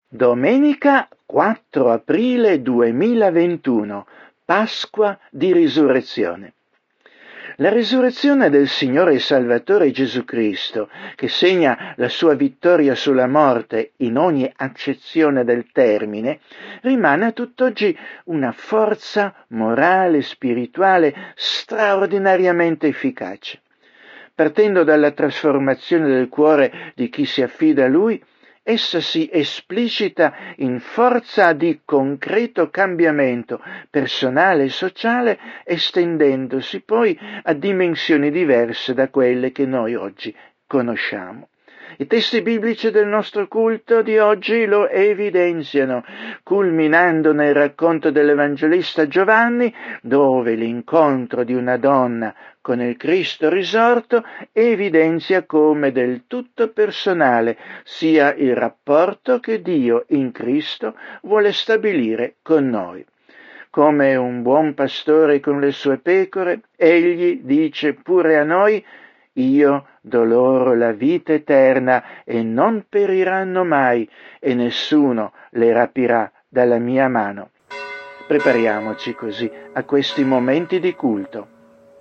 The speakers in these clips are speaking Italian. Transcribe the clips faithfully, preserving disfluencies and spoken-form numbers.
Domenica quattro aprile duemilaventuno, Pasqua di Risurrezione. La risurrezione del Signore e Salvatore Gesù Cristo, che segna la sua vittoria sulla morte in ogni accezione del termine, rimane a tutt'oggi una forza morale e spirituale straordinariamente efficace. Partendo dalla trasformazione del cuore di chi si affida a Lui, essa si esplicita in forza di concreto cambiamento personale e sociale, estendendosi poi a dimensioni diverse da quelle che noi oggi conosciamo. I testi biblici del nostro culto di oggi lo evidenziano, culminando nel racconto dell'Evangelista Giovanni, dove l'incontro di una donna con il Cristo risorto evidenzia come del tutto personale sia il rapporto che Dio in Cristo vuole stabilire con noi. Come un buon pastore con le sue pecore, egli dice pure a noi: io do loro la vita eterna e non periranno mai, e nessuno le rapirà dalla mia mano. Prepariamoci così a questi momenti di culto.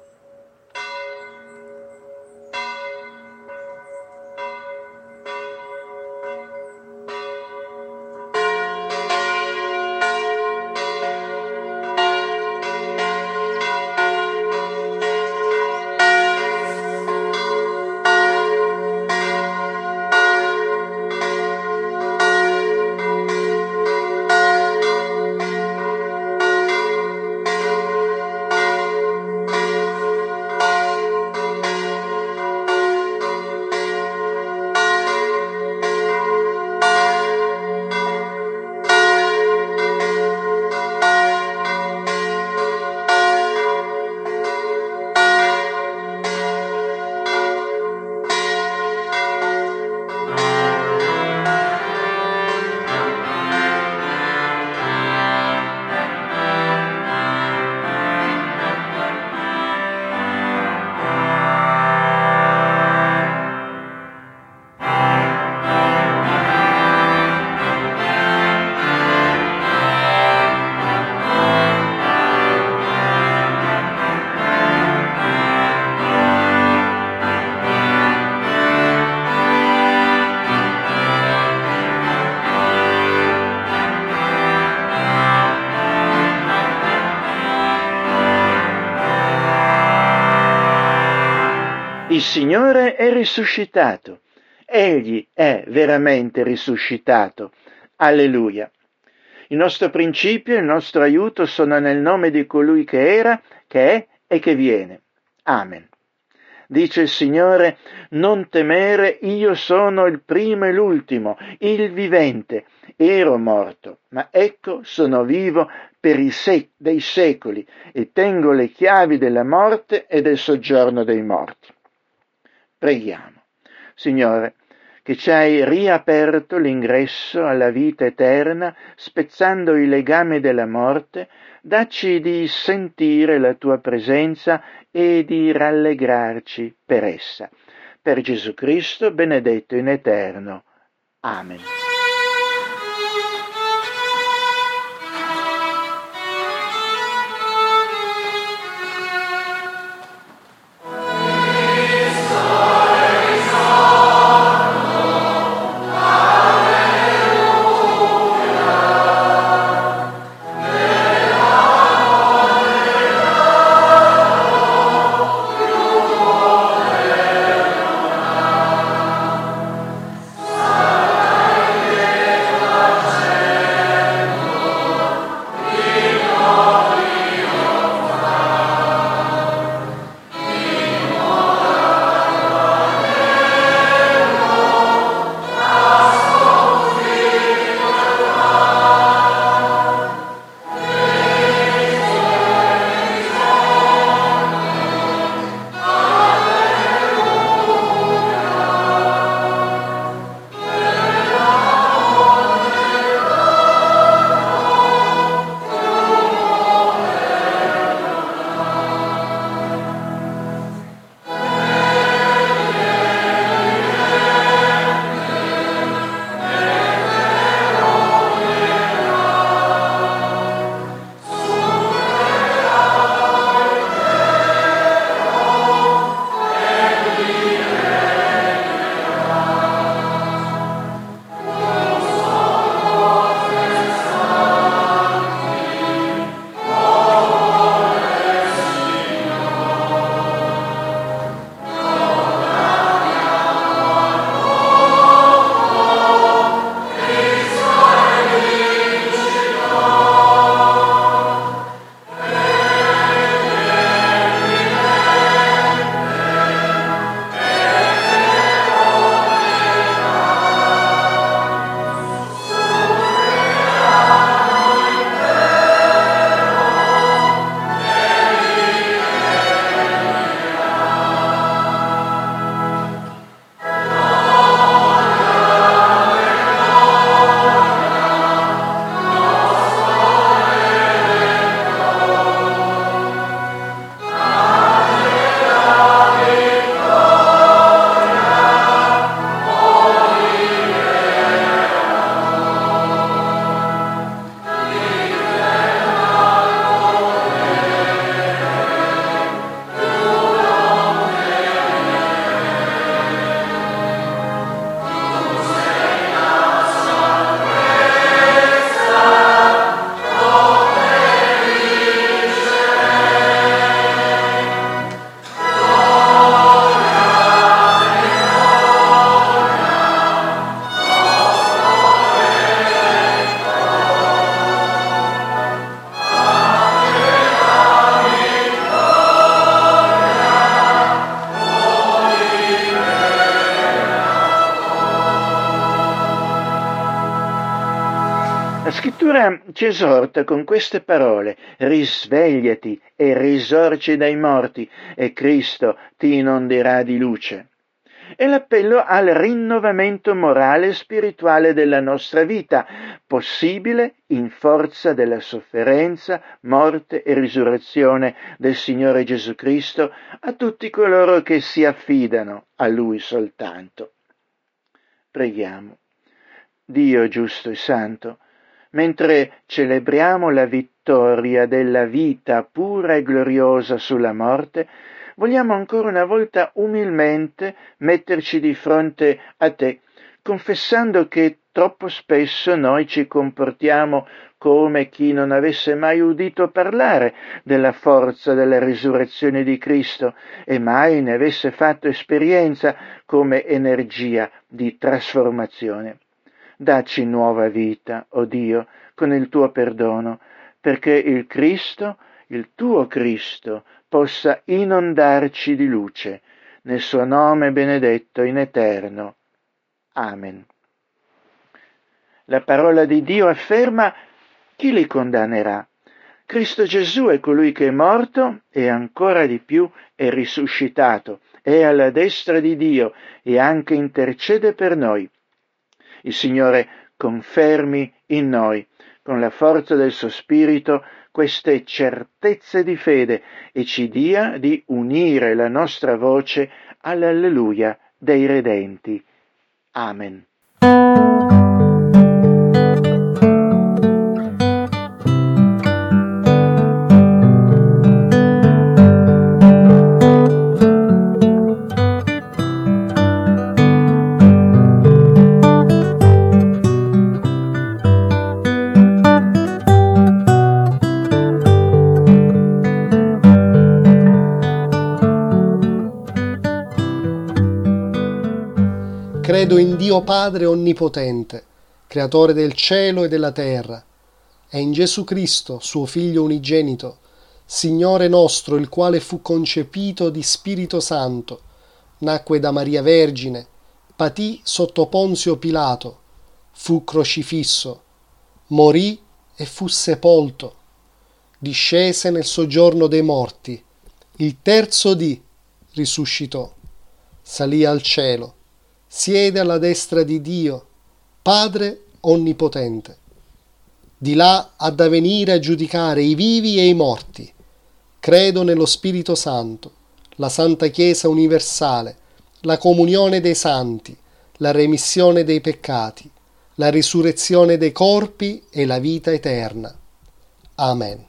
Il Signore è risuscitato, Egli è veramente risuscitato. Alleluia. Il nostro principio e il nostro aiuto sono nel nome di colui che era, che è e che viene. Amen. Dice il Signore: non temere, io sono il primo e l'ultimo, il vivente. Ero morto, ma ecco sono vivo per i sec- dei secoli e tengo le chiavi della morte e del soggiorno dei morti. Preghiamo. Signore, che ci hai riaperto l'ingresso alla vita eterna, spezzando i legami della morte, dacci di sentire la tua presenza e di rallegrarci per essa. Per Gesù Cristo, benedetto in eterno. Amen. La scrittura ci esorta con queste parole: risvegliati e risorgi dai morti e Cristo ti inonderà di luce. È l'appello al rinnovamento morale e spirituale della nostra vita, possibile in forza della sofferenza, morte e risurrezione del Signore Gesù Cristo a tutti coloro che si affidano a Lui soltanto. Preghiamo. Dio giusto e santo, mentre celebriamo la vittoria della vita pura e gloriosa sulla morte, vogliamo ancora una volta umilmente metterci di fronte a te, confessando che troppo spesso noi ci comportiamo come chi non avesse mai udito parlare della forza della risurrezione di Cristo e mai ne avesse fatto esperienza come energia di trasformazione. Dacci nuova vita, o Dio, con il tuo perdono, perché il Cristo, il tuo Cristo, possa inondarci di luce, nel suo nome benedetto in eterno. Amen. La parola di Dio afferma: chi li condannerà? Cristo Gesù è colui che è morto e ancora di più è risuscitato, è alla destra di Dio e anche intercede per noi. Il Signore confermi in noi, con la forza del suo Spirito, queste certezze di fede e ci dia di unire la nostra voce all'alleluia dei redenti. Amen. Credo in Dio Padre Onnipotente, Creatore del cielo e della terra, e in Gesù Cristo, suo Figlio unigenito, Signore nostro, il quale fu concepito di Spirito Santo, nacque da Maria Vergine, patì sotto Ponzio Pilato, fu crocifisso, morì e fu sepolto, discese nel soggiorno dei morti, il terzo dì risuscitò, salì al cielo, siede alla destra di Dio, Padre Onnipotente. Di là ha da venire a giudicare i vivi e i morti. Credo nello Spirito Santo, la Santa Chiesa universale, la comunione dei santi, la remissione dei peccati, la risurrezione dei corpi e la vita eterna. Amen.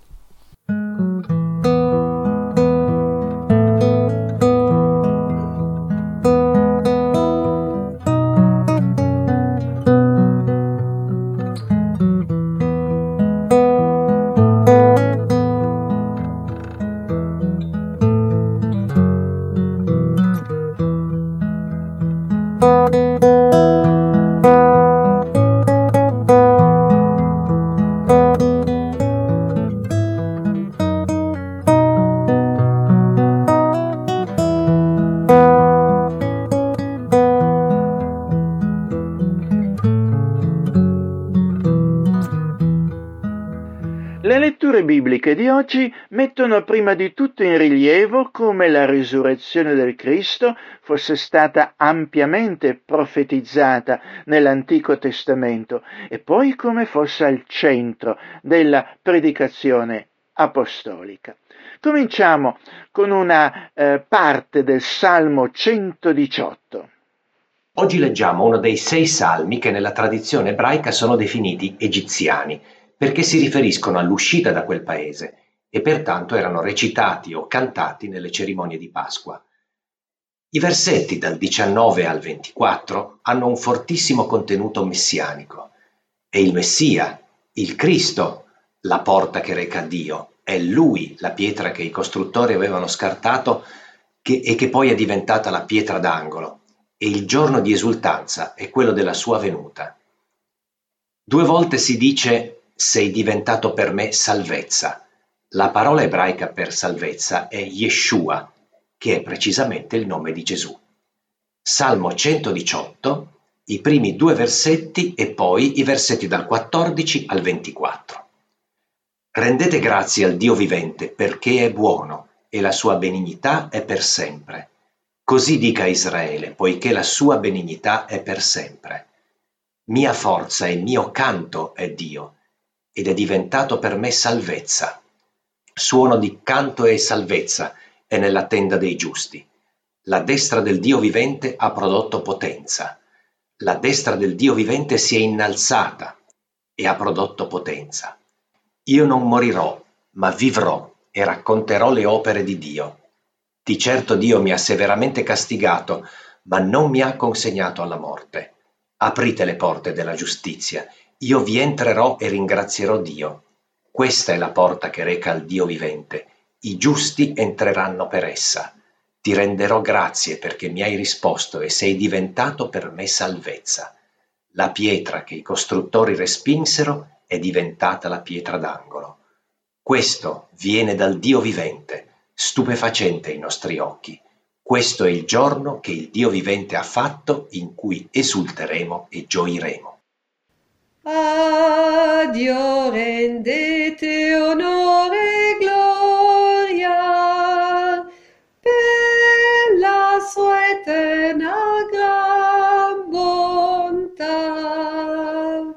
Le letture bibliche di oggi mettono prima di tutto in rilievo come la risurrezione del Cristo fosse stata ampiamente profetizzata nell'Antico Testamento e poi come fosse al centro della predicazione apostolica. Cominciamo con una eh, parte del Salmo centodiciotto. Oggi leggiamo uno dei sei salmi che nella tradizione ebraica sono definiti egiziani, perché si riferiscono all'uscita da quel paese e pertanto erano recitati o cantati nelle cerimonie di Pasqua. I versetti dal diciannove al ventiquattro hanno un fortissimo contenuto messianico. È il Messia, il Cristo, la porta che reca a Dio, è Lui la pietra che i costruttori avevano scartato che, e che poi è diventata la pietra d'angolo, e il giorno di esultanza è quello della sua venuta. Due volte si dice «sei diventato per me salvezza». La parola ebraica per salvezza è Yeshua, che è precisamente il nome di Gesù. Salmo centodiciotto, i primi due versetti e poi i versetti dal quattordici al ventiquattro. Rendete grazie al Dio vivente perché è buono e la sua benignità è per sempre. Così dica Israele, poiché la sua benignità è per sempre. Mia forza e mio canto è Dio, ed è diventato per me salvezza. Suono di canto e salvezza è nella tenda dei giusti. La destra del Dio vivente ha prodotto potenza. La destra del Dio vivente si è innalzata e ha prodotto potenza. Io non morirò, ma vivrò e racconterò le opere di Dio. Di certo Dio mi ha severamente castigato, ma non mi ha consegnato alla morte. Aprite le porte della giustizia, io vi entrerò e ringrazierò Dio. Questa è la porta che reca al Dio vivente, i giusti entreranno per essa. Ti renderò grazie perché mi hai risposto e sei diventato per me salvezza. La pietra che i costruttori respinsero è diventata la pietra d'angolo. Questo viene dal Dio vivente, stupefacente ai nostri occhi. Questo è il giorno che il Dio vivente ha fatto, in cui esulteremo e gioiremo. A Dio rendete onore e gloria per la sua eterna gran bontà.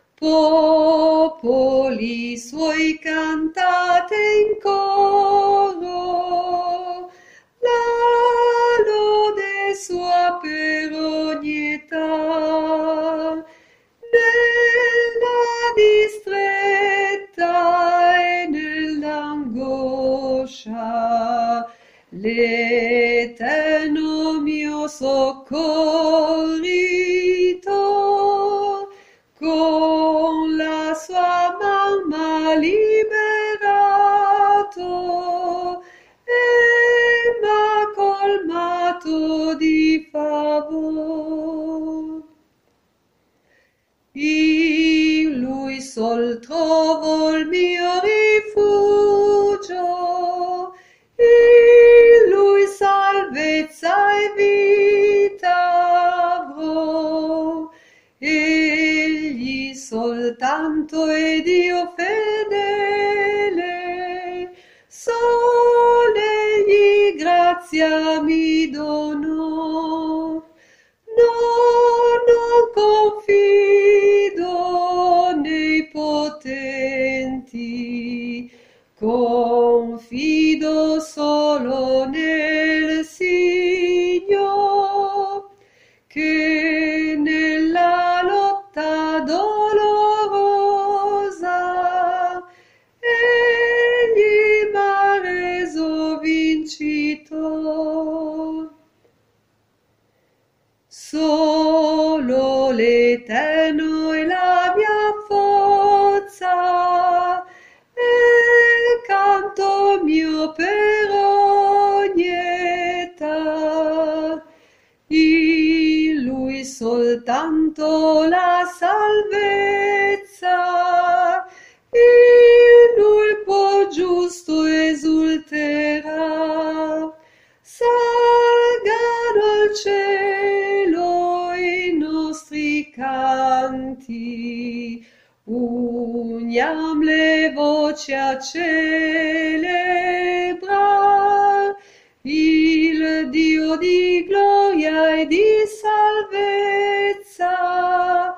Popoli suoi, cantate in coro la lode sua per ogni età. Nella distretta e nell'angoscia l'Eterno mio soccorritor, con la sua man m'ha liberato e m'ha colmato di favor. In lui sol trovo il mio rifugio, in lui salvezza e vita avrò. Egli soltanto è Dio fedele, sol egli grazia mi donò. No, non confido nei potenti, confido solo nel Signore, che nella lotta dolorosa egli m'ha reso vincitor. Solo l'Eterno è la mia forza, e canto mio per ogni età. In lui soltanto la salvezza, in lui il cuor giusto esulterà. Salgano al cielo i nostri canti, uniam le voci a celebrar il Dio di gloria e di salvezza,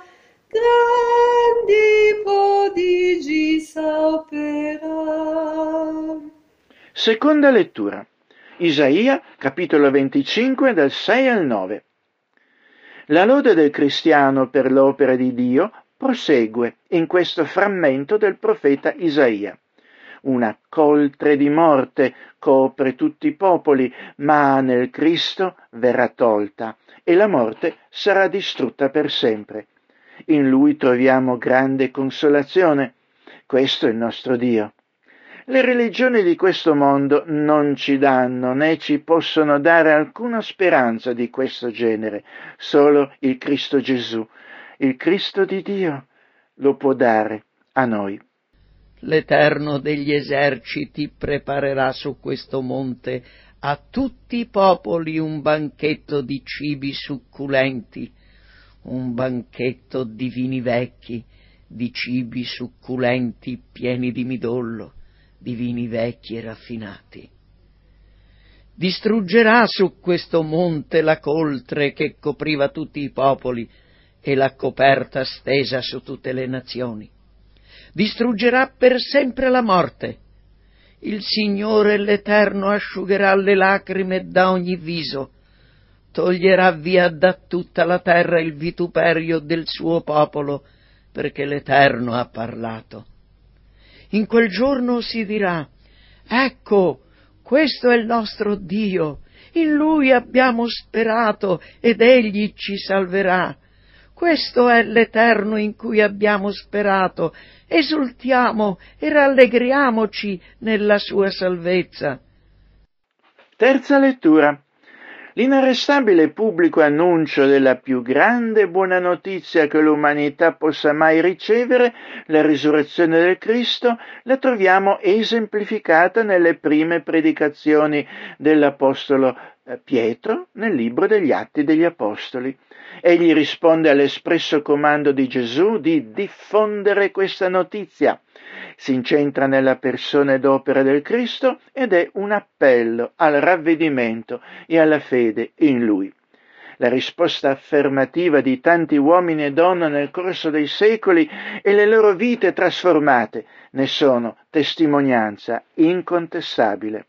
grandi prodigi sa operar. Seconda lettura. Isaia, capitolo venticinque, dal sei al nove. La lode del cristiano per l'opera di Dio prosegue in questo frammento del profeta Isaia. Una coltre di morte copre tutti i popoli, ma nel Cristo verrà tolta e la morte sarà distrutta per sempre. In Lui troviamo grande consolazione. Questo è il nostro Dio. Le religioni di questo mondo non ci danno né ci possono dare alcuna speranza di questo genere. Solo il Cristo Gesù, il Cristo di Dio, lo può dare a noi. L'Eterno degli eserciti preparerà su questo monte a tutti i popoli un banchetto di cibi succulenti, un banchetto di vini vecchi, di cibi succulenti pieni di midollo, di vini vecchi e raffinati. Distruggerà su questo monte la coltre che copriva tutti i popoli e la coperta stesa su tutte le nazioni. Distruggerà per sempre la morte. Il Signore l'Eterno asciugherà le lacrime da ogni viso, toglierà via da tutta la terra il vituperio del suo popolo, perché l'Eterno ha parlato. In quel giorno si dirà: ecco, questo è il nostro Dio, in Lui abbiamo sperato ed Egli ci salverà. Questo è l'Eterno in cui abbiamo sperato, esultiamo e rallegriamoci nella sua salvezza. Terza lettura. L'inarrestabile pubblico annuncio della più grande buona notizia che l'umanità possa mai ricevere, la risurrezione del Cristo, la troviamo esemplificata nelle prime predicazioni dell'Apostolo Pietro nel libro degli Atti degli Apostoli. Egli risponde all'espresso comando di Gesù di diffondere questa notizia. Si incentra nella persona ed opera del Cristo ed è un appello al ravvedimento e alla fede in Lui. La risposta affermativa di tanti uomini e donne nel corso dei secoli e le loro vite trasformate ne sono testimonianza incontestabile.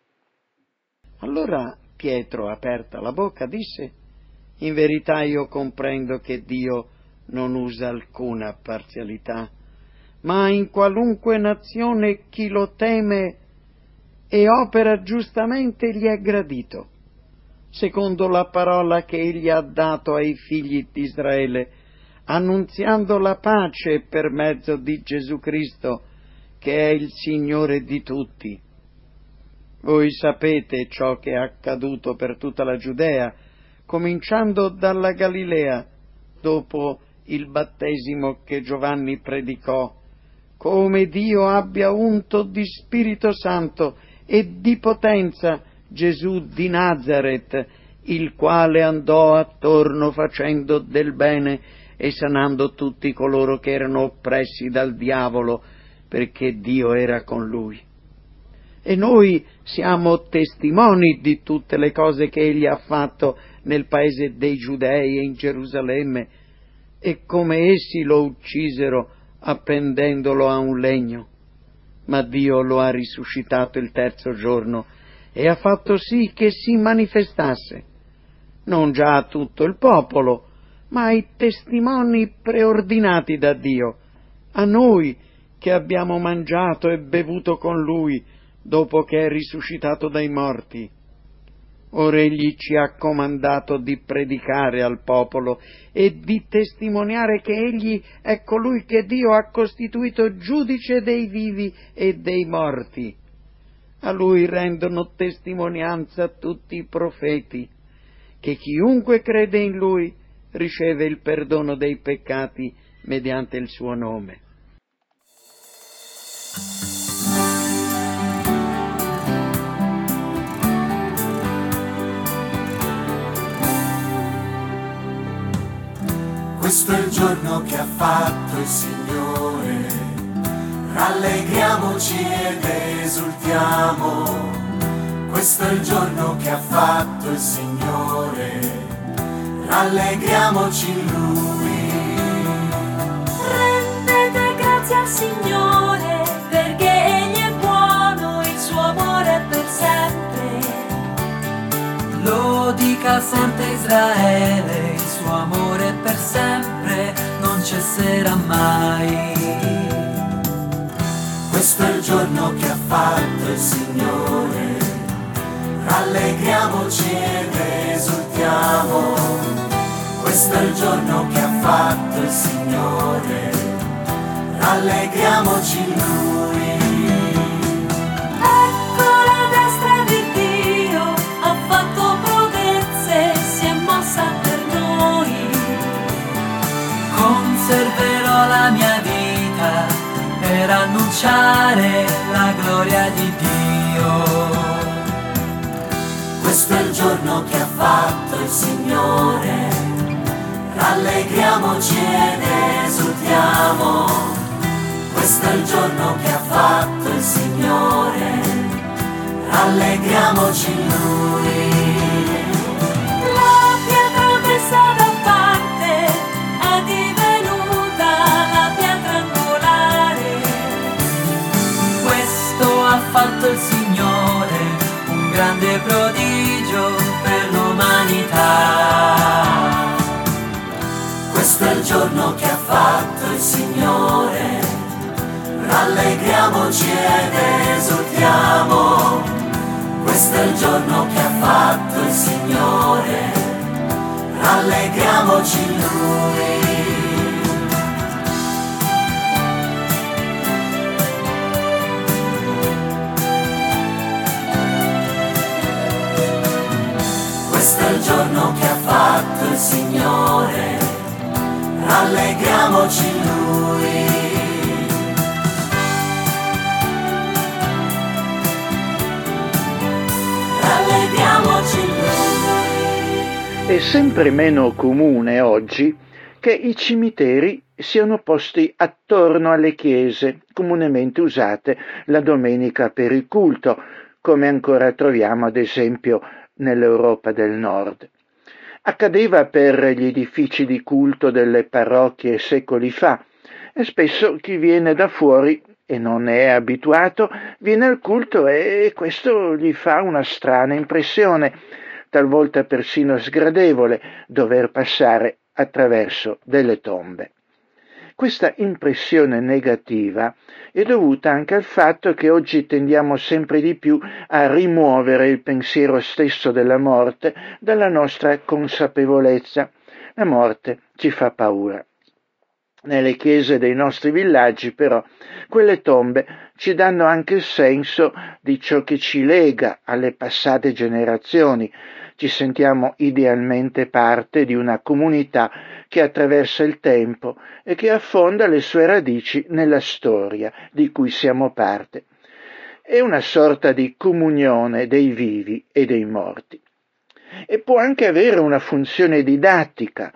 Allora Pietro, aperta la bocca, disse: in verità io comprendo che Dio non usa alcuna parzialità, ma in qualunque nazione chi lo teme e opera giustamente gli è gradito, secondo la parola che egli ha dato ai figli di Israele, annunziando la pace per mezzo di Gesù Cristo, che è il Signore di tutti. Voi sapete ciò che è accaduto per tutta la Giudea, cominciando dalla Galilea, dopo il battesimo che Giovanni predicò, come Dio abbia unto di Spirito Santo e di potenza Gesù di Nazaret, il quale andò attorno facendo del bene e sanando tutti coloro che erano oppressi dal diavolo, perché Dio era con lui. E noi siamo testimoni di tutte le cose che egli ha fatto nel paese dei Giudei e in Gerusalemme, e come essi lo uccisero appendendolo a un legno. Ma Dio lo ha risuscitato il terzo giorno e ha fatto sì che si manifestasse, non già a tutto il popolo, ma ai testimoni preordinati da Dio, a noi che abbiamo mangiato e bevuto con Lui dopo che è risuscitato dai morti. Ora egli ci ha comandato di predicare al popolo e di testimoniare che egli è colui che Dio ha costituito giudice dei vivi e dei morti. A lui rendono testimonianza tutti i profeti, che chiunque crede in lui riceve il perdono dei peccati mediante il suo nome. Questo è il giorno che ha fatto il Signore, rallegriamoci ed esultiamo. Questo è il giorno che ha fatto il Signore, rallegriamoci in Lui. Rendete grazie al Signore, perché Egli è buono, il suo amore è per sempre. Lo dica sempre Israele, il suo amore è per sempre, non cesserà mai. Questo è il giorno che ha fatto il Signore, rallegriamoci ed esultiamo. Questo è il giorno che ha fatto il Signore, rallegriamoci in Lui. Ecco la destra di Dio, ha fatto prodezze, si è mossa per noi. Conserverò la mia vita per annunciare la gloria di Dio. Questo è il giorno che ha fatto il Signore, rallegriamoci ed esultiamo, questo è il giorno che ha fatto il Signore, rallegriamoci in Lui. La pietra messa da parte è divenuta la pietra angolare, questo ha fatto il Signore, un grande prodigio per l'umanità. Questo è il giorno che ha fatto il Signore, rallegriamoci ed esultiamo, questo è il giorno che ha fatto il Signore, rallegriamoci in Lui. Questo è il giorno che ha fatto il Signore, rallegriamoci in Lui. Rallegriamoci in Lui. È sempre meno comune oggi che i cimiteri siano posti attorno alle chiese comunemente usate la domenica per il culto, come ancora troviamo ad esempio nell'Europa del Nord. Accadeva per gli edifici di culto delle parrocchie secoli fa, e spesso chi viene da fuori e non è abituato viene al culto e questo gli fa una strana impressione, talvolta persino sgradevole, dover passare attraverso delle tombe. Questa impressione negativa è dovuta anche al fatto che oggi tendiamo sempre di più a rimuovere il pensiero stesso della morte dalla nostra consapevolezza. La morte ci fa paura. Nelle chiese dei nostri villaggi, però, quelle tombe ci danno anche il senso di ciò che ci lega alle passate generazioni. Ci sentiamo idealmente parte di una comunità che attraversa il tempo e che affonda le sue radici nella storia di cui siamo parte. È una sorta di comunione dei vivi e dei morti. E può anche avere una funzione didattica,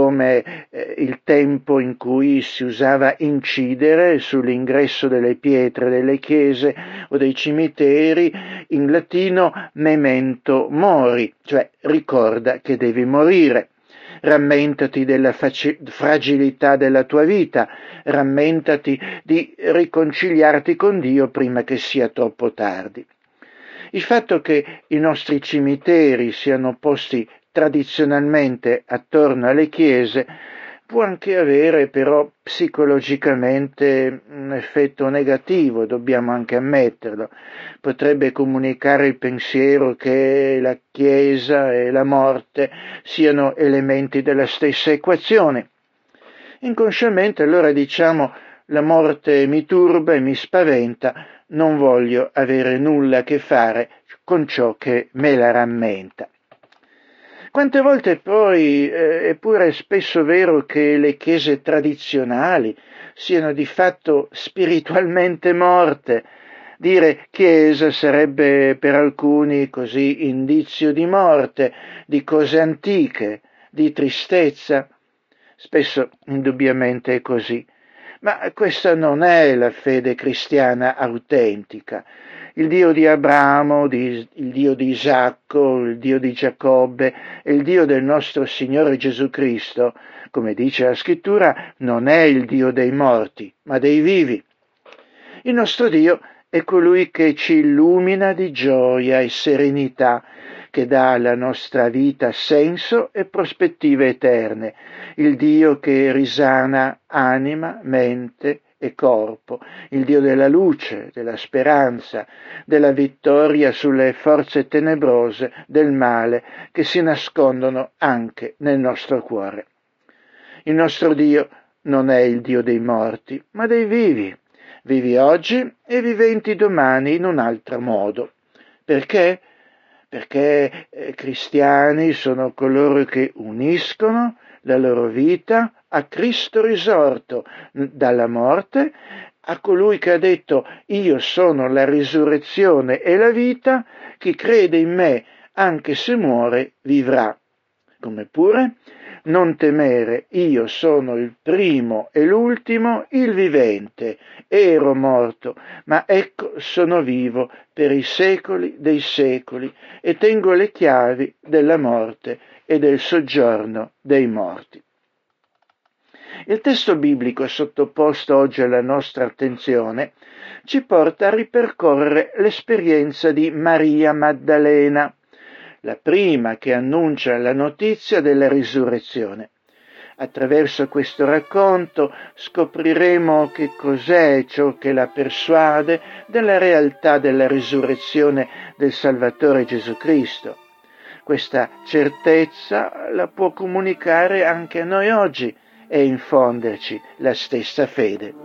come eh, il tempo in cui si usava incidere sull'ingresso delle pietre delle chiese o dei cimiteri in latino memento mori, cioè ricorda che devi morire. Rammentati della faci- fragilità della tua vita, rammentati di riconciliarti con Dio prima che sia troppo tardi. Il fatto che i nostri cimiteri siano posti tradizionalmente attorno alle chiese può anche avere però psicologicamente un effetto negativo, dobbiamo anche ammetterlo. Potrebbe comunicare il pensiero che la Chiesa e la morte siano elementi della stessa equazione. Inconsciamente allora diciamo: la morte mi turba e mi spaventa, non voglio avere nulla a che fare con ciò che me la rammenta. Quante volte poi eh, è pure spesso vero che le chiese tradizionali siano di fatto spiritualmente morte. Dire chiesa sarebbe per alcuni così indizio di morte, di cose antiche, di tristezza. Spesso indubbiamente è così, ma questa non è la fede cristiana autentica. Il Dio di Abramo, di, il Dio di Isacco, il Dio di Giacobbe e il Dio del nostro Signore Gesù Cristo, come dice la Scrittura, non è il Dio dei morti, ma dei vivi. Il nostro Dio è colui che ci illumina di gioia e serenità, che dà alla nostra vita senso e prospettive eterne, il Dio che risana anima, mente e corpo, il Dio della luce, della speranza, della vittoria sulle forze tenebrose del male che si nascondono anche nel nostro cuore. Il nostro Dio non è il Dio dei morti, ma dei vivi, vivi oggi e viventi domani in un altro modo. Perché? Perché eh, cristiani sono coloro che uniscono la loro vita a Cristo risorto dalla morte, a colui che ha detto: io sono la risurrezione e la vita, chi crede in me, anche se muore, vivrà. Come pure non temere, io sono il primo e l'ultimo, il vivente. Ero morto, ma ecco sono vivo per i secoli dei secoli e tengo le chiavi della morte e del soggiorno dei morti. Il testo biblico sottoposto oggi alla nostra attenzione ci porta a ripercorrere l'esperienza di Maria Maddalena, la prima che annuncia la notizia della risurrezione. Attraverso questo racconto scopriremo che cos'è ciò che la persuade della realtà della risurrezione del Salvatore Gesù Cristo. Questa certezza la può comunicare anche a noi oggi e infonderci la stessa fede.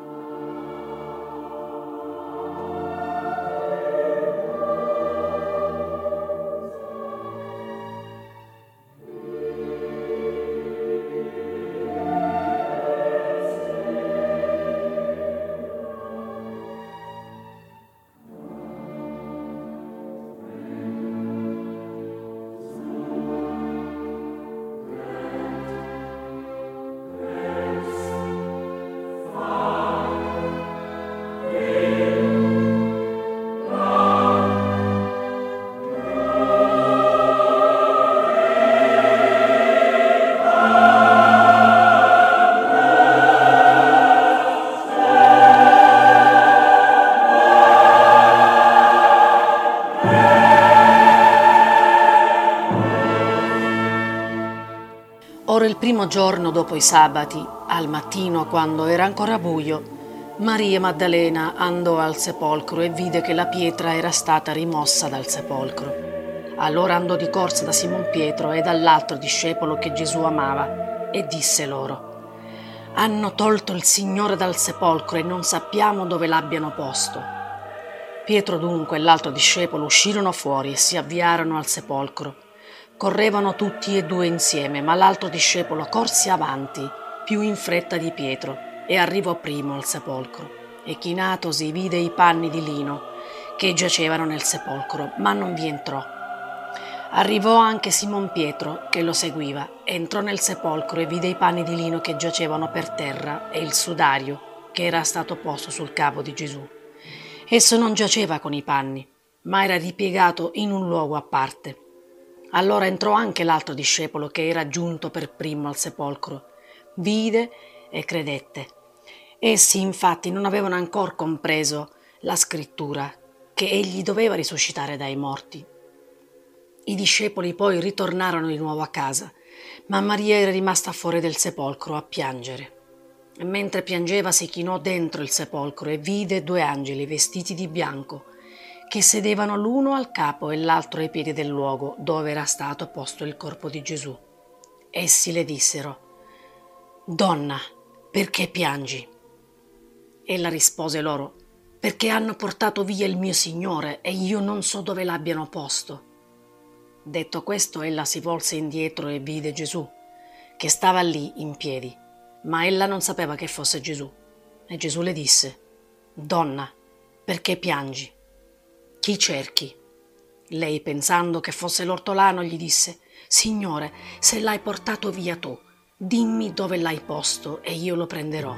Ora il primo giorno dopo i sabati, al mattino quando era ancora buio, Maria Maddalena andò al sepolcro e vide che la pietra era stata rimossa dal sepolcro. Allora andò di corsa da Simon Pietro e dall'altro discepolo che Gesù amava e disse loro: «Hanno tolto il Signore dal sepolcro e non sappiamo dove l'abbiano posto». Pietro dunque e l'altro discepolo uscirono fuori e si avviarono al sepolcro. Correvano tutti e due insieme, ma l'altro discepolo corse avanti, più in fretta di Pietro, e arrivò primo al sepolcro. E chinatosi vide i panni di lino che giacevano nel sepolcro, ma non vi entrò. Arrivò anche Simon Pietro, che lo seguiva, entrò nel sepolcro e vide i panni di lino che giacevano per terra e il sudario che era stato posto sul capo di Gesù. Esso non giaceva con i panni, ma era ripiegato in un luogo a parte. Allora entrò anche l'altro discepolo che era giunto per primo al sepolcro. Vide e credette. Essi infatti non avevano ancora compreso la scrittura che egli doveva risuscitare dai morti. I discepoli poi ritornarono di nuovo a casa, ma Maria era rimasta fuori del sepolcro a piangere. E mentre piangeva si chinò dentro il sepolcro e vide due angeli vestiti di bianco, che sedevano l'uno al capo e l'altro ai piedi del luogo dove era stato posto il corpo di Gesù. Essi le dissero: «Donna, perché piangi?» Ella rispose loro: «Perché hanno portato via il mio Signore e io non so dove l'abbiano posto». Detto questo, ella si volse indietro e vide Gesù, che stava lì in piedi, ma ella non sapeva che fosse Gesù. E Gesù le disse: «Donna, perché piangi? Chi cerchi?» Lei, pensando che fosse l'ortolano, gli disse: «Signore, se l'hai portato via tu, dimmi dove l'hai posto e io lo prenderò».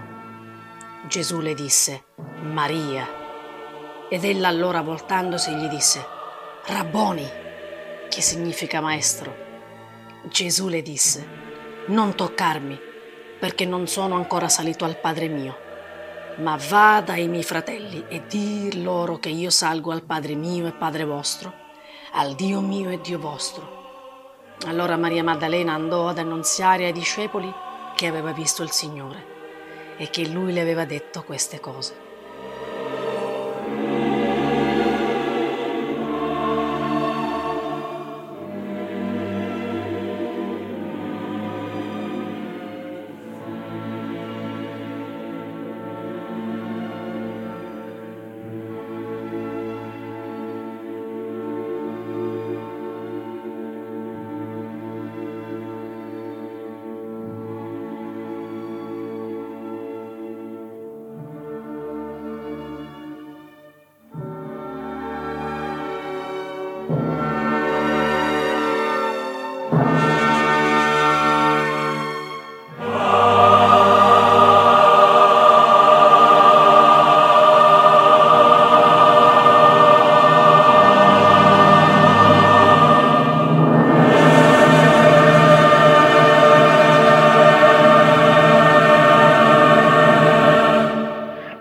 Gesù le disse: «Maria». Ed ella allora, voltandosi, gli disse: «Rabboni», che significa maestro. Gesù le disse: «Non toccarmi, perché non sono ancora salito al Padre mio. Ma va dai miei fratelli e di loro che io salgo al Padre mio e Padre vostro, al Dio mio e Dio vostro». Allora Maria Maddalena andò ad annunziare ai discepoli che aveva visto il Signore e che Lui le aveva detto queste cose.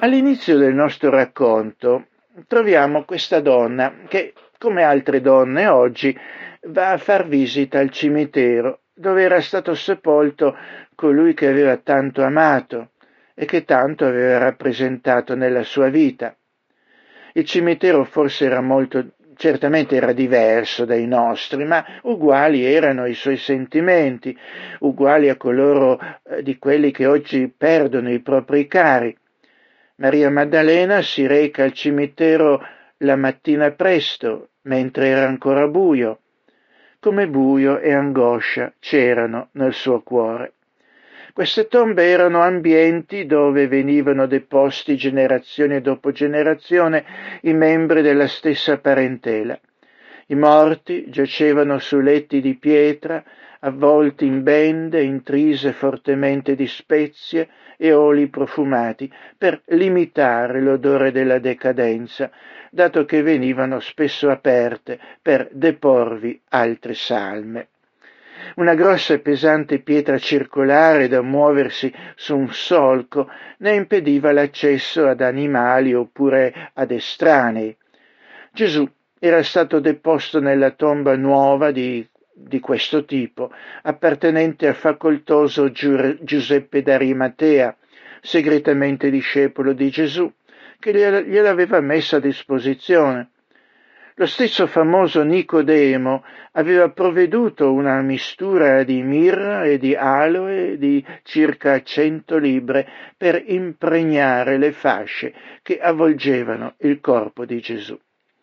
All'inizio del nostro racconto troviamo questa donna che, come altre donne oggi, va a far visita al cimitero dove era stato sepolto colui che aveva tanto amato e che tanto aveva rappresentato nella sua vita. Il cimitero forse era molto, certamente era diverso dai nostri, ma uguali erano i suoi sentimenti, uguali a coloro eh, di quelli che oggi perdono i propri cari. Maria Maddalena si reca al cimitero la mattina presto, mentre era ancora buio. Come buio e angoscia c'erano nel suo cuore. Queste tombe erano ambienti dove venivano deposti generazione dopo generazione i membri della stessa parentela. I morti giacevano su letti di pietra, avvolti in bende intrise fortemente di spezie e oli profumati, per limitare l'odore della decadenza, dato che venivano spesso aperte per deporvi altre salme. Una grossa e pesante pietra circolare da muoversi su un solco ne impediva l'accesso ad animali oppure ad estranei. Gesù era stato deposto nella tomba nuova di, di questo tipo, appartenente al facoltoso Giuseppe d'Arimatea, segretamente discepolo di Gesù, che gliel'aveva messa a disposizione. Lo stesso famoso Nicodemo aveva provveduto una mistura di mirra e di aloe di circa cento libbre per impregnare le fasce che avvolgevano il corpo di Gesù.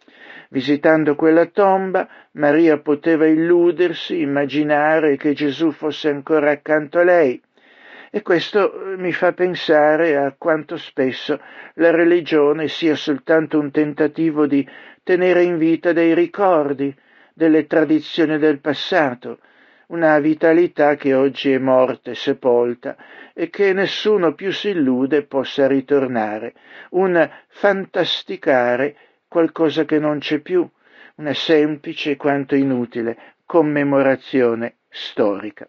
Visitando quella tomba, Maria poteva illudersi, immaginare che Gesù fosse ancora accanto a lei. E questo mi fa pensare a quanto spesso la religione sia soltanto un tentativo di tenere in vita dei ricordi, delle tradizioni del passato, una vitalità che oggi è morta e sepolta e che nessuno più si illude possa ritornare, un fantasticare qualcosa che non c'è più, una semplice quanto inutile commemorazione storica.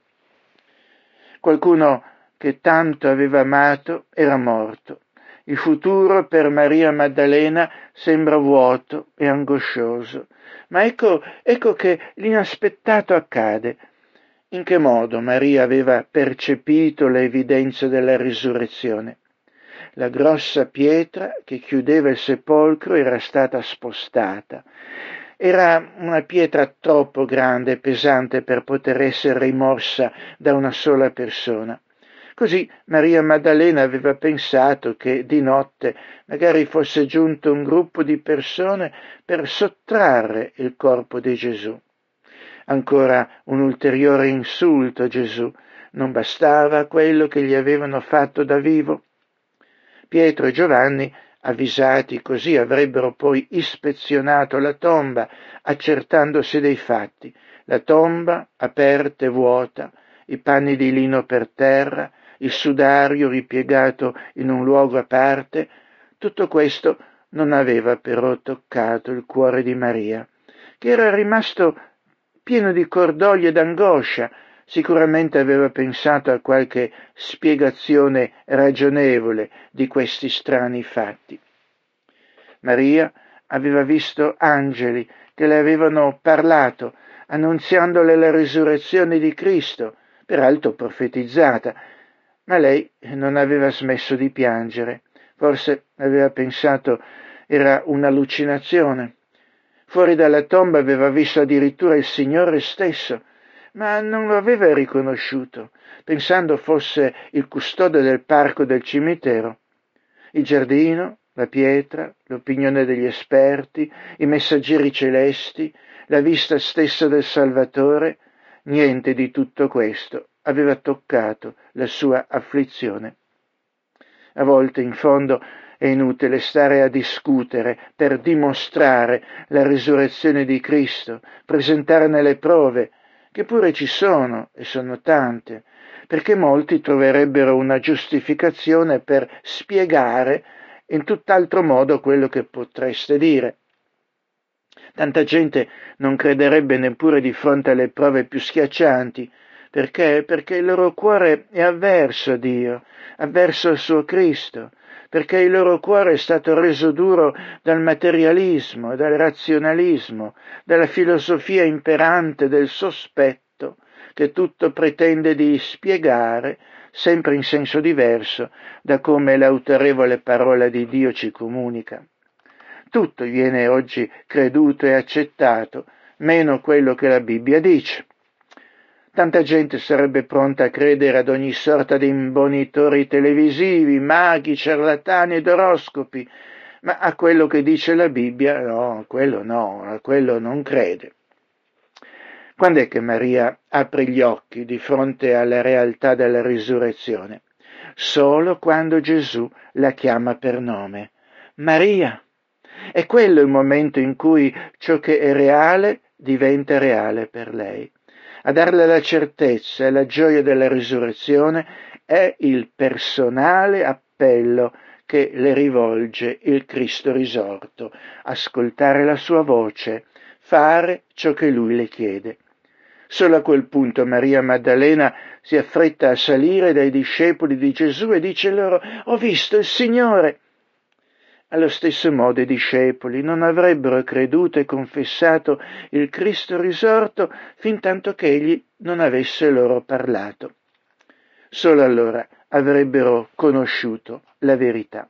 Qualcuno che tanto aveva amato era morto. Il futuro per Maria Maddalena sembra vuoto e angoscioso, ma ecco, ecco che l'inaspettato accade. In che modo Maria aveva percepito l'evidenza della risurrezione? La grossa pietra che chiudeva il sepolcro era stata spostata. Era una pietra troppo grande e pesante per poter essere rimossa da una sola persona. Così Maria Maddalena aveva pensato che di notte magari fosse giunto un gruppo di persone per sottrarre il corpo di Gesù. Ancora un ulteriore insulto a Gesù. Non bastava quello che gli avevano fatto da vivo? Pietro e Giovanni, avvisati così, avrebbero poi ispezionato la tomba, accertandosi dei fatti. La tomba aperta e vuota, i panni di lino per terra, il sudario ripiegato in un luogo a parte, tutto questo non aveva però toccato il cuore di Maria, che era rimasto pieno di cordoglio ed angoscia. Sicuramente aveva pensato a qualche spiegazione ragionevole di questi strani fatti. Maria aveva visto angeli che le avevano parlato, annunziandole la risurrezione di Cristo, peraltro profetizzata, ma lei non aveva smesso di piangere. Forse aveva pensato era un'allucinazione. Fuori dalla tomba aveva visto addirittura il Signore stesso, ma non lo aveva riconosciuto, pensando fosse il custode del parco del cimitero. Il giardino, la pietra, l'opinione degli esperti, i messaggeri celesti, la vista stessa del Salvatore, niente di tutto questo aveva toccato la sua afflizione. A volte, in fondo, è inutile stare a discutere per dimostrare la risurrezione di Cristo, presentarne le prove, che pure ci sono, e sono tante, perché molti troverebbero una giustificazione per spiegare in tutt'altro modo quello che potreste dire. Tanta gente non crederebbe neppure di fronte alle prove più schiaccianti. Perché? Perché il loro cuore è avverso a Dio, avverso al suo Cristo. perché il loro cuore è stato reso duro dal materialismo, dal razionalismo, dalla filosofia imperante del sospetto, che tutto pretende di spiegare, sempre in senso diverso da come l'autorevole parola di Dio ci comunica. Tutto viene oggi creduto e accettato, meno quello che la Bibbia dice. Tanta gente sarebbe pronta a credere ad ogni sorta di imbonitori televisivi, maghi, ciarlatani ed oroscopi, ma a quello che dice la Bibbia, no, quello no, a quello non crede. Quando è che Maria apre gli occhi di fronte alla realtà della risurrezione? Solo quando Gesù la chiama per nome. Maria! È quello il momento in cui ciò che è reale diventa reale per lei. A darle la certezza e la gioia della risurrezione è il personale appello che le rivolge il Cristo risorto, ascoltare la sua voce, fare ciò che lui le chiede. Solo a quel punto Maria Maddalena si affretta a salire dai discepoli di Gesù e dice loro: «Ho visto il Signore!» Allo stesso modo i discepoli non avrebbero creduto e confessato il Cristo risorto fintanto che egli non avesse loro parlato. Solo allora avrebbero conosciuto la verità.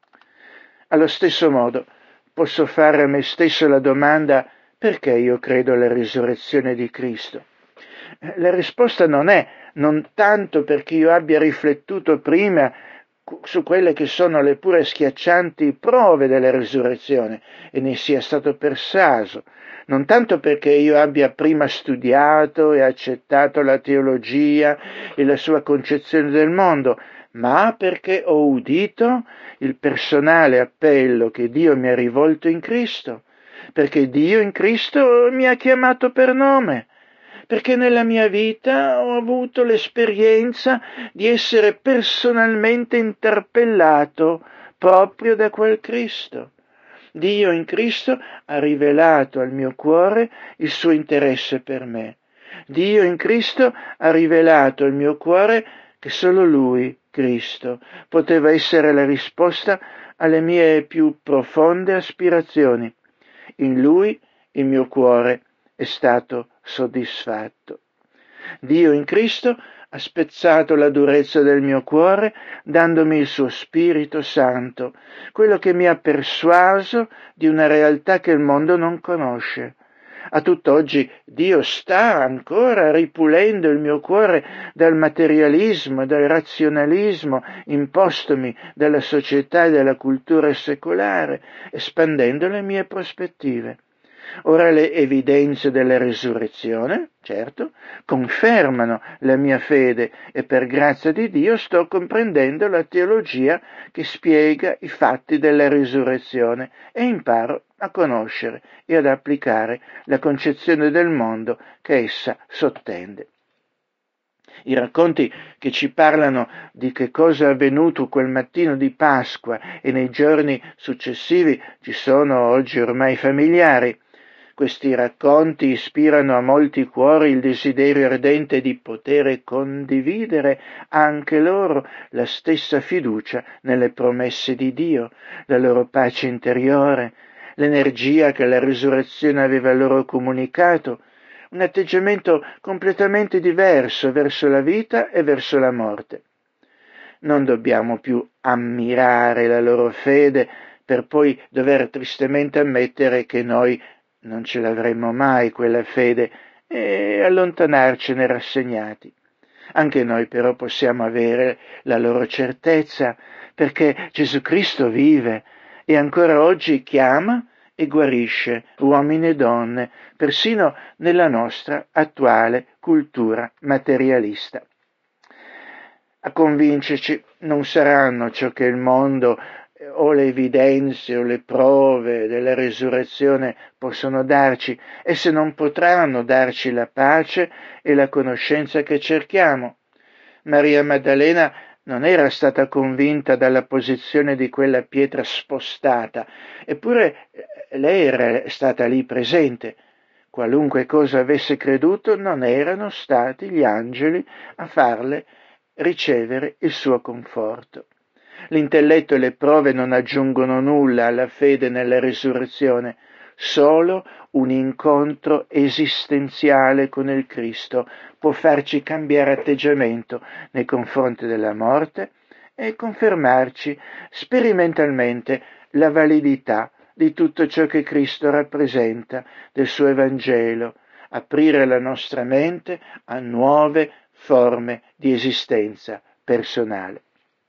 Allo stesso modo posso fare a me stesso la domanda: perché io credo alla risurrezione di Cristo? La risposta non è non tanto perché io abbia riflettuto prima su quelle che sono le pure schiaccianti prove della risurrezione e ne sia stato persuaso, non tanto perché io abbia prima studiato e accettato la teologia e la sua concezione del mondo, ma perché ho udito il personale appello che Dio mi ha rivolto in Cristo, perché Dio in Cristo mi ha chiamato per nome, perché nella mia vita ho avuto l'esperienza di essere personalmente interpellato proprio da quel Cristo. Dio in Cristo ha rivelato al mio cuore il suo interesse per me. Dio in Cristo ha rivelato al mio cuore che solo Lui, Cristo, poteva essere la risposta alle mie più profonde aspirazioni. In Lui il mio cuore è stato soddisfatto. Dio in Cristo ha spezzato la durezza del mio cuore dandomi il suo Spirito Santo, quello che mi ha persuaso di una realtà che il mondo non conosce. A tutt'oggi Dio sta ancora ripulendo il mio cuore dal materialismo e dal razionalismo impostomi dalla società e dalla cultura secolare, espandendo le mie prospettive. Ora le evidenze della risurrezione, certo, confermano la mia fede e per grazia di Dio sto comprendendo la teologia che spiega i fatti della risurrezione e imparo a conoscere e ad applicare la concezione del mondo che essa sottende. I racconti che ci parlano di che cosa è avvenuto quel mattino di Pasqua e nei giorni successivi ci sono oggi ormai familiari. Questi racconti ispirano a molti cuori il desiderio ardente di poter condividere anche loro la stessa fiducia nelle promesse di Dio, la loro pace interiore, l'energia che la risurrezione aveva loro comunicato, un atteggiamento completamente diverso verso la vita e verso la morte. Non dobbiamo più ammirare la loro fede per poi dover tristemente ammettere che noi non ce l'avremmo mai quella fede e allontanarcene rassegnati. Anche noi però possiamo avere la loro certezza perché Gesù Cristo vive e ancora oggi chiama e guarisce uomini e donne, persino nella nostra attuale cultura materialista. A convincerci non saranno ciò che il mondo o le evidenze o le prove della risurrezione possono darci, esse non potranno darci la pace e la conoscenza che cerchiamo. Maria Maddalena non era stata convinta dalla posizione di quella pietra spostata, eppure lei era stata lì presente. Qualunque cosa avesse creduto, non erano stati gli angeli a farle ricevere il suo conforto. L'intelletto e le prove non aggiungono nulla alla fede nella risurrezione, solo un incontro esistenziale con il Cristo può farci cambiare atteggiamento nei confronti della morte e confermarci sperimentalmente la validità di tutto ciò che Cristo rappresenta del suo Evangelo, aprire la nostra mente a nuove forme di esistenza personale.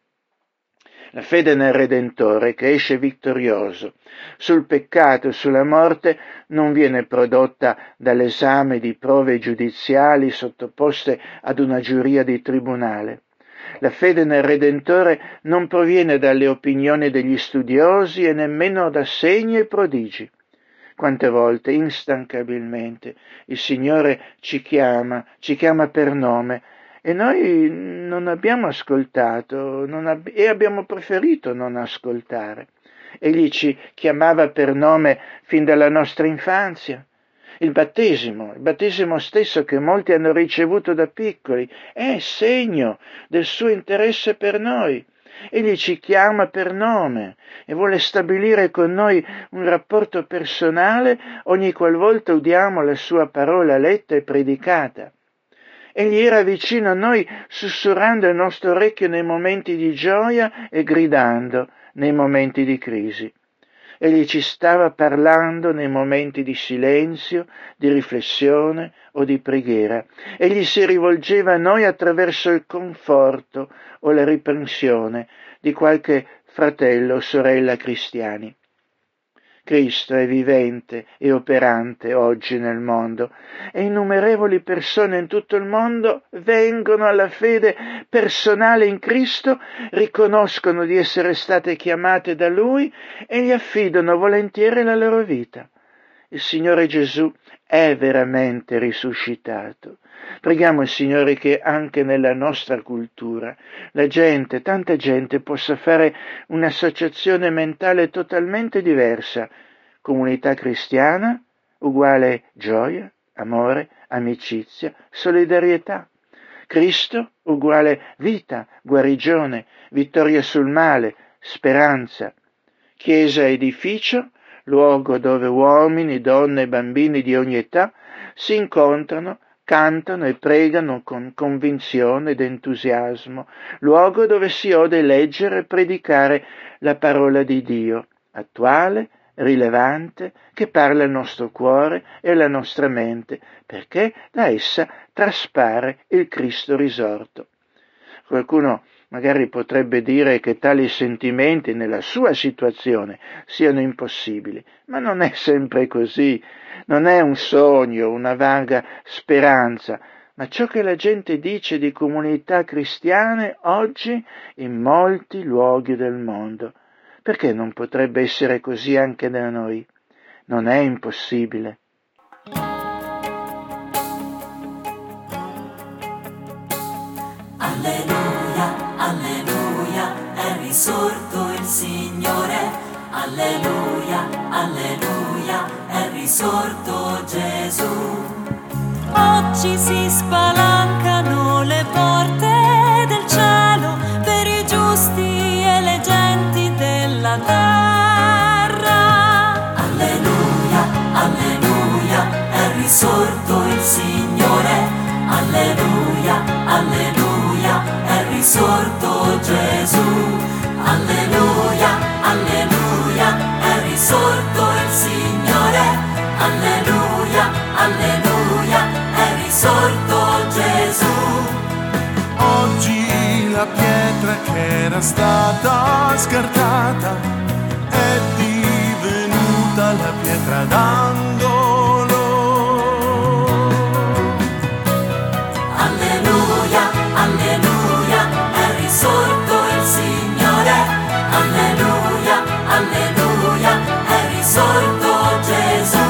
La fede nel Redentore, che esce vittorioso sul peccato e sulla morte, non viene prodotta dall'esame di prove giudiziali sottoposte ad una giuria di tribunale. La fede nel Redentore non proviene dalle opinioni degli studiosi e nemmeno da segni e prodigi. Quante volte, instancabilmente, il Signore ci chiama, ci chiama per nome, e noi non abbiamo ascoltato non ab- e abbiamo preferito non ascoltare. Egli ci chiamava per nome fin dalla nostra infanzia. Il battesimo, il battesimo stesso che molti hanno ricevuto da piccoli, è segno del suo interesse per noi. Egli ci chiama per nome e vuole stabilire con noi un rapporto personale ogni qualvolta udiamo la sua parola letta e predicata. Egli era vicino a noi, sussurrando il nostro orecchio nei momenti di gioia e gridando nei momenti di crisi. Egli ci stava parlando nei momenti di silenzio, di riflessione o di preghiera. Egli si rivolgeva a noi attraverso il conforto o la riprensione di qualche fratello o sorella cristiani. Cristo è vivente e operante oggi nel mondo e innumerevoli persone in tutto il mondo vengono alla fede personale in Cristo, riconoscono di essere state chiamate da Lui e gli affidano volentieri la loro vita. Il Signore Gesù è veramente risuscitato. Preghiamo il Signore che anche nella nostra cultura la gente, tanta gente, possa fare un'associazione mentale totalmente diversa. Comunità cristiana uguale gioia, amore, amicizia, solidarietà. Cristo uguale vita, guarigione, vittoria sul male, speranza. Chiesa edificio, luogo dove uomini, donne e bambini di ogni età si incontrano, cantano e pregano con convinzione ed entusiasmo, luogo dove si ode leggere e predicare la parola di Dio, attuale, rilevante, che parla al nostro cuore e alla nostra mente, perché da essa traspare il Cristo risorto. Qualcuno magari potrebbe dire che tali sentimenti nella sua situazione siano impossibili, ma non è sempre così, non è un sogno, una vaga speranza, ma ciò che la gente dice di comunità cristiane oggi in molti luoghi del mondo. Perché non potrebbe essere così anche da noi? Non è impossibile. Alleluia, alleluia, è risorto il Signore. Alleluia, alleluia, è risorto Gesù. Oggi si spalancano le porte del cielo per i giusti e le genti della terra. Alleluia, alleluia, è risorto il Signore. Alleluia, alleluia, è risorto Gesù. Alleluia, alleluia, è risorto il Signore. Alleluia, alleluia, è risorto Gesù. Oggi la pietra che era stata scartata è divenuta la pietra d'angolo. Alleluia, alleluia, è risorto il Signore. Alleluia, alleluia, è risorto Gesù.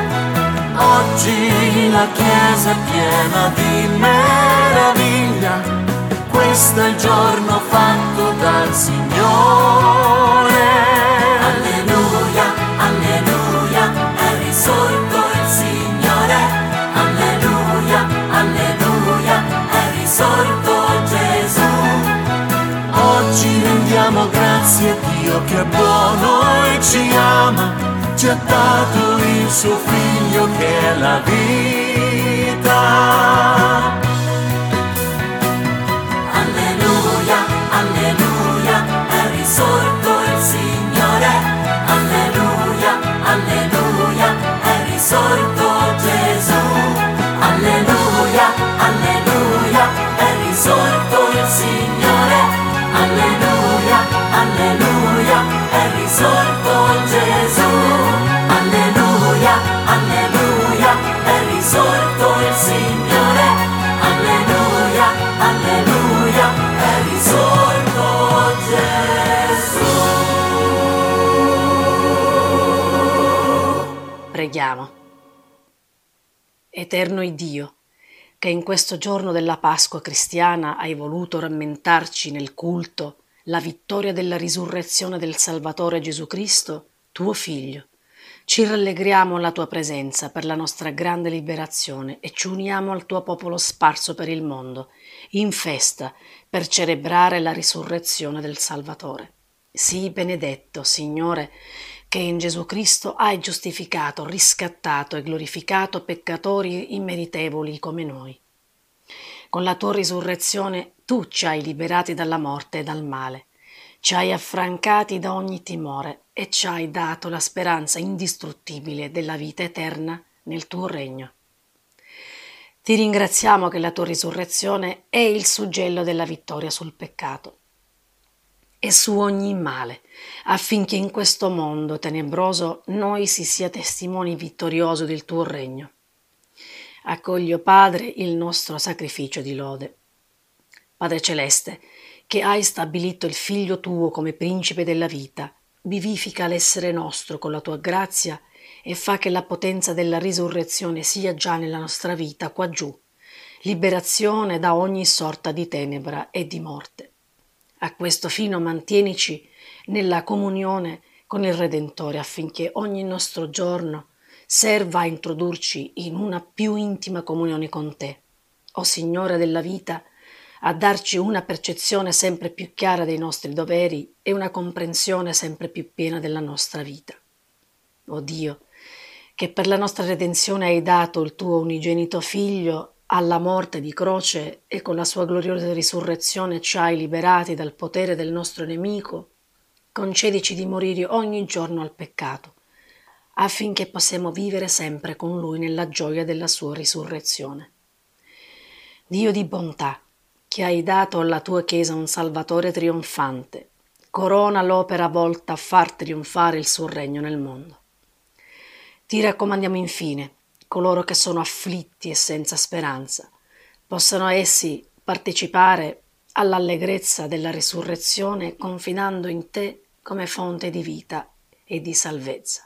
Oggi la Chiesa è piena di meraviglia, questo è il giorno fatto dal Signore. Alleluia, alleluia, è risorto il Signore. Alleluia, alleluia, è risorto Gesù. Oggi rendiamo grazie ci ha dato il suo figlio che è la vita. Alleluia, alleluia, è risorto il Signore. Alleluia, alleluia, è risorto Gesù. Alleluia, alleluia, è risorto il Signore. Alleluia, alleluia, è risorto Gesù. Alleluia, alleluia, è risorto il Signore. Alleluia, alleluia, è risorto Gesù. Preghiamo. Eterno Iddio, che in questo giorno della Pasqua cristiana hai voluto rammentarci nel culto la vittoria della risurrezione del Salvatore Gesù Cristo, tuo Figlio. Ci rallegriamo alla tua presenza per la nostra grande liberazione e ci uniamo al tuo popolo sparso per il mondo, in festa per celebrare la risurrezione del Salvatore. Sii benedetto, Signore, che in Gesù Cristo hai giustificato, riscattato e glorificato peccatori immeritevoli come noi. Con la tua risurrezione tu ci hai liberati dalla morte e dal male, ci hai affrancati da ogni timore e ci hai dato la speranza indistruttibile della vita eterna nel tuo regno. Ti ringraziamo che la tua risurrezione è il suggello della vittoria sul peccato e su ogni male, affinché in questo mondo tenebroso noi si sia testimoni vittoriosi del tuo regno. Accogli, o Padre, il nostro sacrificio di lode. Padre Celeste, che hai stabilito il Figlio tuo come principe della vita, vivifica l'essere nostro con la tua grazia e fa che la potenza della risurrezione sia già nella nostra vita qua giù, liberazione da ogni sorta di tenebra e di morte. A questo fine mantienici nella comunione con il Redentore affinché ogni nostro giorno serva a introdurci in una più intima comunione con te. O Signore della vita, a darci una percezione sempre più chiara dei nostri doveri e una comprensione sempre più piena della nostra vita. O Dio, che per la nostra redenzione hai dato il tuo unigenito Figlio alla morte di croce e con la sua gloriosa risurrezione ci hai liberati dal potere del nostro nemico, concedici di morire ogni giorno al peccato, affinché possiamo vivere sempre con Lui nella gioia della sua risurrezione. Dio di bontà, che hai dato alla tua Chiesa un Salvatore trionfante, corona l'opera volta a far trionfare il suo regno nel mondo. Ti raccomandiamo infine coloro che sono afflitti e senza speranza, possano essi partecipare all'allegrezza della risurrezione confidando in te come fonte di vita e di salvezza.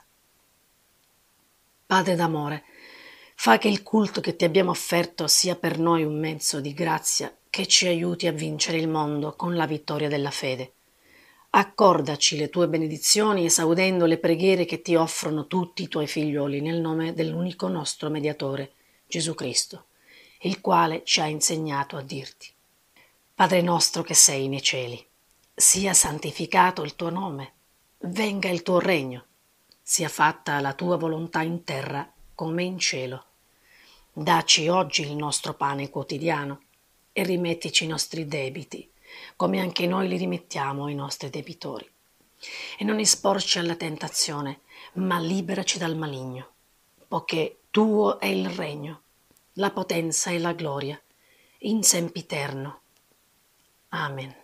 Padre d'amore, fa che il culto che ti abbiamo offerto sia per noi un mezzo di grazia che ci aiuti a vincere il mondo con la vittoria della fede. Accordaci le tue benedizioni esaudendo le preghiere che ti offrono tutti i tuoi figlioli nel nome dell'unico nostro mediatore, Gesù Cristo, il quale ci ha insegnato a dirti: Padre nostro che sei nei cieli, sia santificato il tuo nome, venga il tuo regno, sia fatta la tua volontà in terra come in cielo. Dacci oggi il nostro pane quotidiano e rimettici i nostri debiti, come anche noi li rimettiamo ai nostri debitori. E non esporci alla tentazione, ma liberaci dal maligno, poiché tuo è il regno, la potenza e la gloria, in sempiterno. Amen.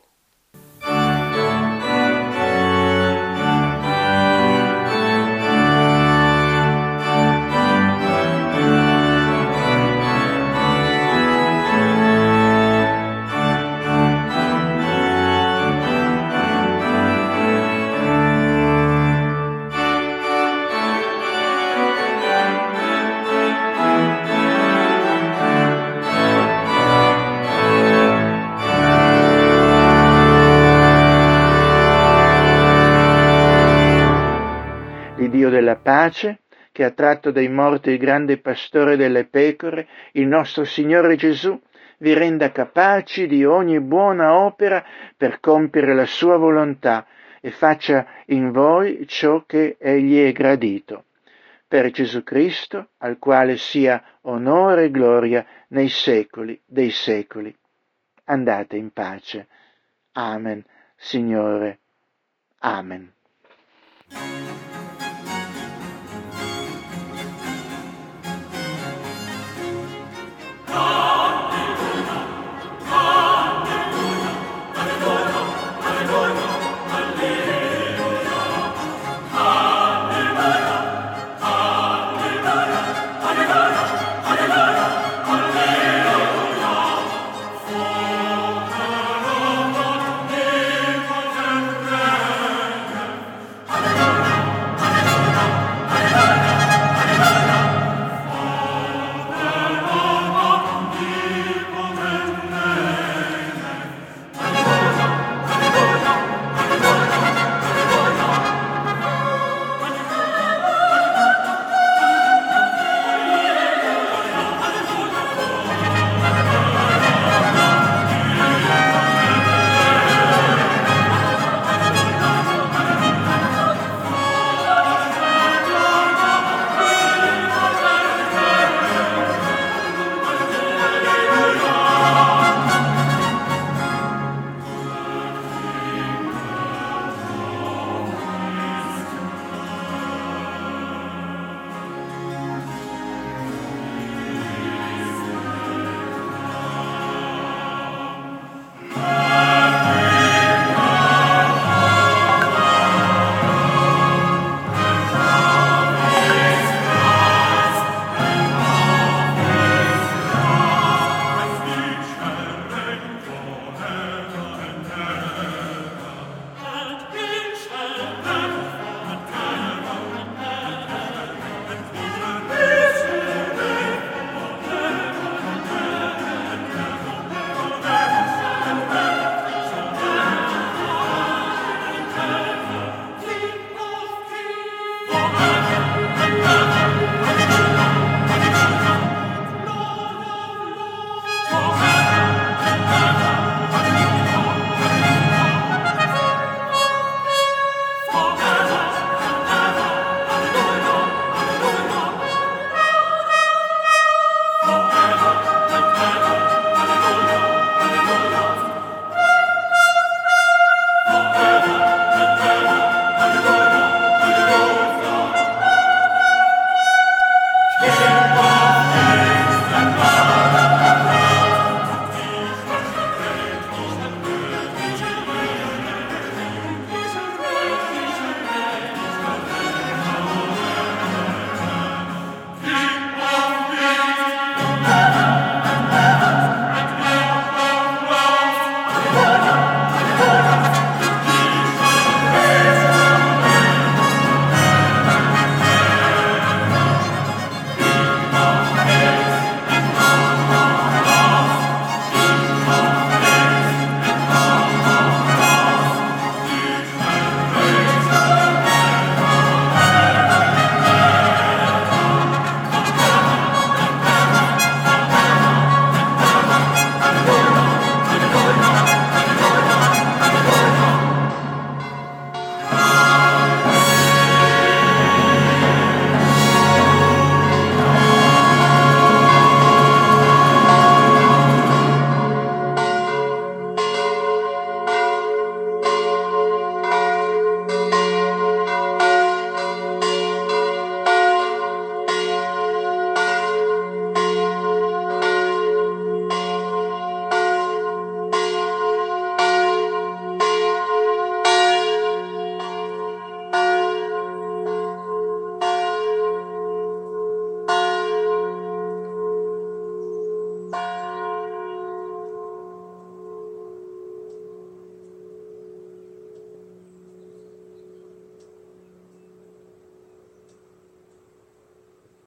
Dio della pace, che ha tratto dai morti il grande pastore delle pecore, il nostro Signore Gesù, vi renda capaci di ogni buona opera per compiere la sua volontà e faccia in voi ciò che egli è gradito. Per Gesù Cristo, al quale sia onore e gloria nei secoli dei secoli. Andate in pace. Amen, Signore. Amen.